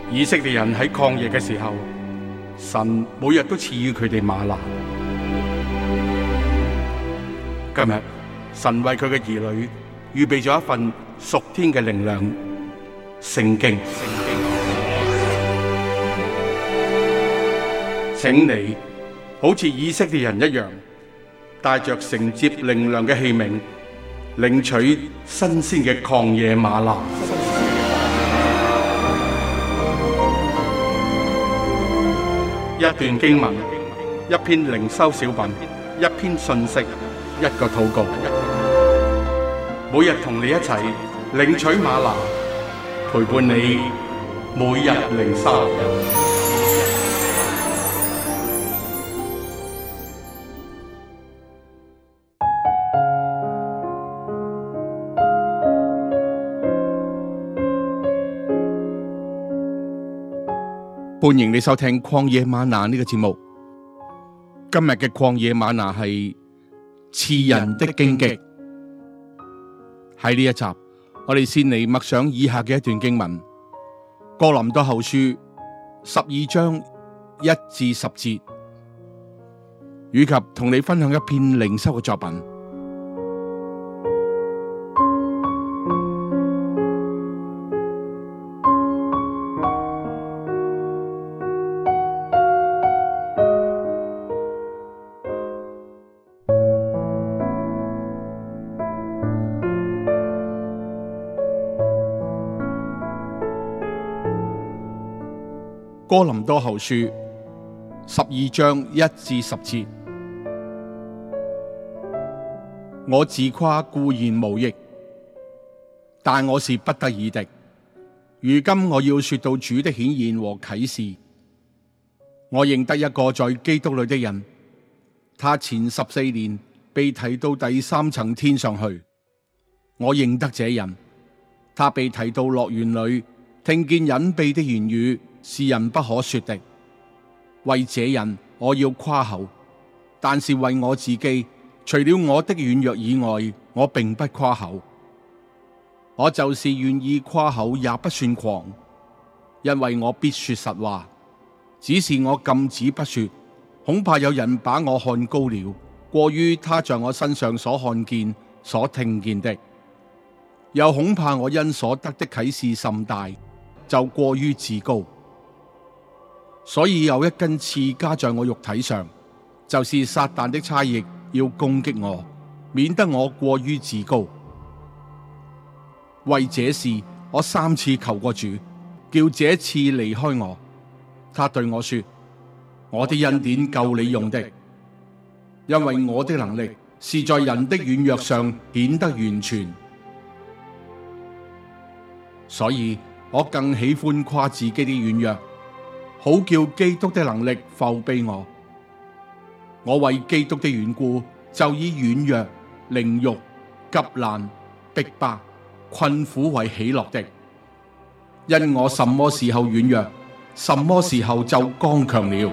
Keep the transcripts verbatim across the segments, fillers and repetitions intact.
以色列人喺曠野嘅時候，神每日都賜予佢哋嗎哪。今日神為佢嘅兒女預備咗一份屬天嘅靈糧——聖經。請你好似以色列人一樣，帶着承接靈糧嘅器皿，領取新鮮嘅曠野嗎哪。一段經文，一篇靈修小品，一篇信息，一個禱告。每日同你一齊領取嗎哪，陪伴你每日靈修。歡迎你收聽曠野嗎哪呢個節目。今日嘅曠野嗎哪係刺人的荊棘。喺呢一集，我哋先嚟默想以下嘅一段經文：哥林多後書十二章一至十節，以及同你分享一篇靈修嘅作品。哥林多後書十二章一至十節，我自誇固然無益，但我是不得已的。如今我要說到主的顯現和啟示。我認得一個在基督裏的人，他前十四年被提到第三層天上去。我認得這人，他被提到樂園裏，聽見隱秘的言語，是人不可說的。為這人我要誇口，但是為我自己，除了我的軟弱以外，我並不誇口。我就是願意誇口，也不算狂，因為我必說實話。只是我禁止不說，恐怕有人把我看高了，過於他在我身上所看見、所聽見的；又恐怕我因所得的啟示甚大，就過於自高。所以有一根刺加在我肉體上，就是撒旦的差役要攻擊我，免得我過於自高。為這事，我三次求過主，叫這刺離開我。他對我說：我的恩典夠你用的，因為我的能力是在人的軟弱上顯得完全。所以我更喜歡誇自己的軟弱，好叫基督的能力覆庇我。我為基督的緣故，就以軟弱、凌辱、急難、逼迫、困苦為喜樂的，因我什麼時候軟弱，什麼時候就剛強了。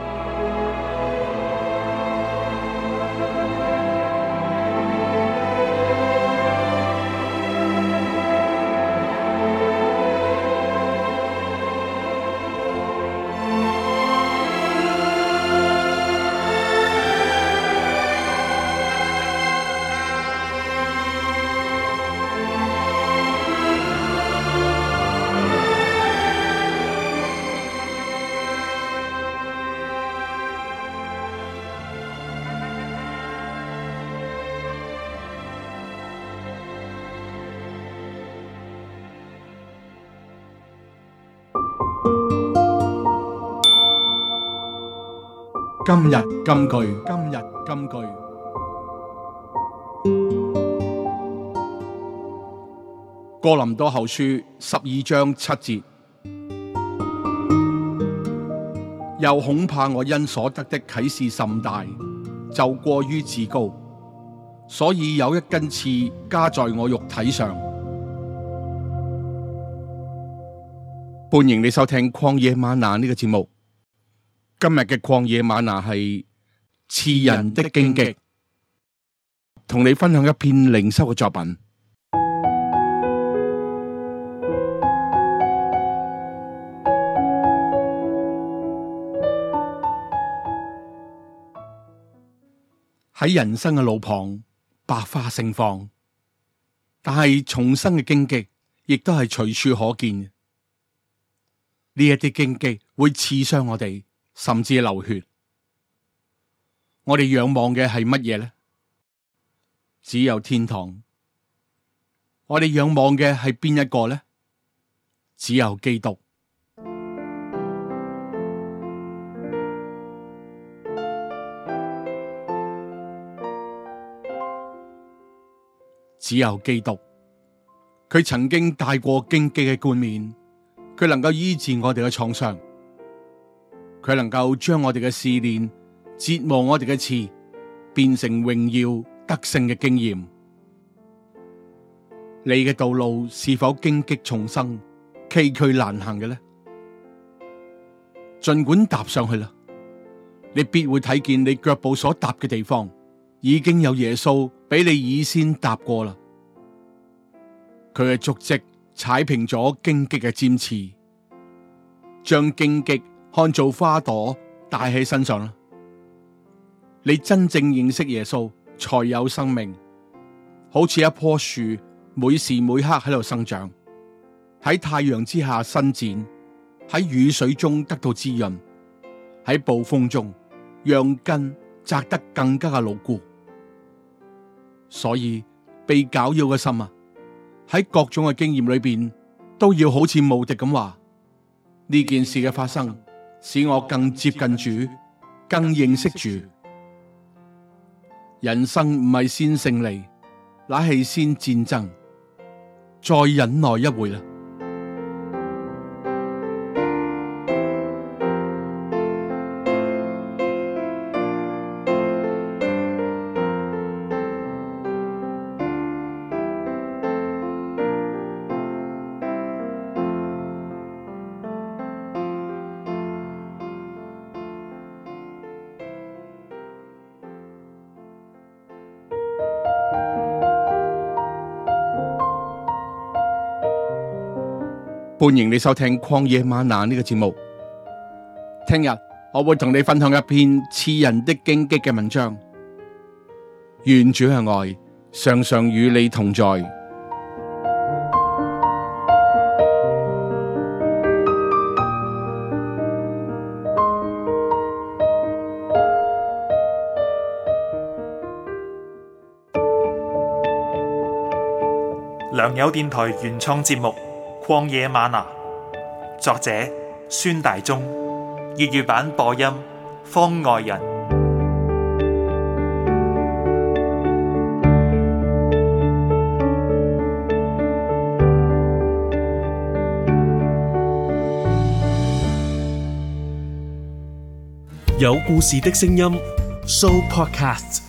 今日金句，今日金句。哥林多後書十二章七節，又恐怕我因所得的啟示甚大，就過於自高，所以有一根刺加在我肉體上。歡迎你收聽曠野嗎哪呢個節目。今日嘅曠野嗎哪係刺人的荊棘，同你分享一篇靈修嘅作品。 喺人生嘅路旁，百花盛放，但係重生嘅荊棘亦都係隨處可見。呢一啲荊棘會刺傷我哋，甚至流血。我哋仰望嘅係乜嘢呢？只有天堂。我哋仰望嘅係邊一個呢？只有基督。只有基督，佢曾經戴過荊棘嘅冠冕，佢能夠醫治我哋嘅創傷，佢能夠將我哋嘅試煉、折磨我哋嘅刺，變成榮耀得勝嘅經驗。你嘅道路是否荊棘叢生、崎嶇難行嘅呢？儘管踏上去啦，你必會睇見你腳步所踏嘅地方，已經有耶穌俾你以先踏過啦。佢嘅足跡踩平咗荊棘嘅尖刺，將荊棘看做花朵戴喺身上啦。你真正認識耶穌，才有生命，好似一棵樹，每時每刻喺度生長，喺太陽之下伸展，喺雨水中得到滋潤，喺暴風中讓根扎得更加嘅牢固。所以被攪擾嘅心啊，喺各種嘅經驗裏邊，都要好似慕迪咁話：呢件事嘅發生，使我更接近主，更認識主。人生唔係先勝利，乃係先戰爭，再忍耐一會啦。歡迎你收聽曠野嗎哪呢個節目。聽日我會同你分享一篇刺人的荊棘嘅文章。願主嘅愛常常與你同在。 良友電台原創節目曠野嗎哪，作者孫大中，粵語版播音方外人， 有故事的聲音 Show Podcast。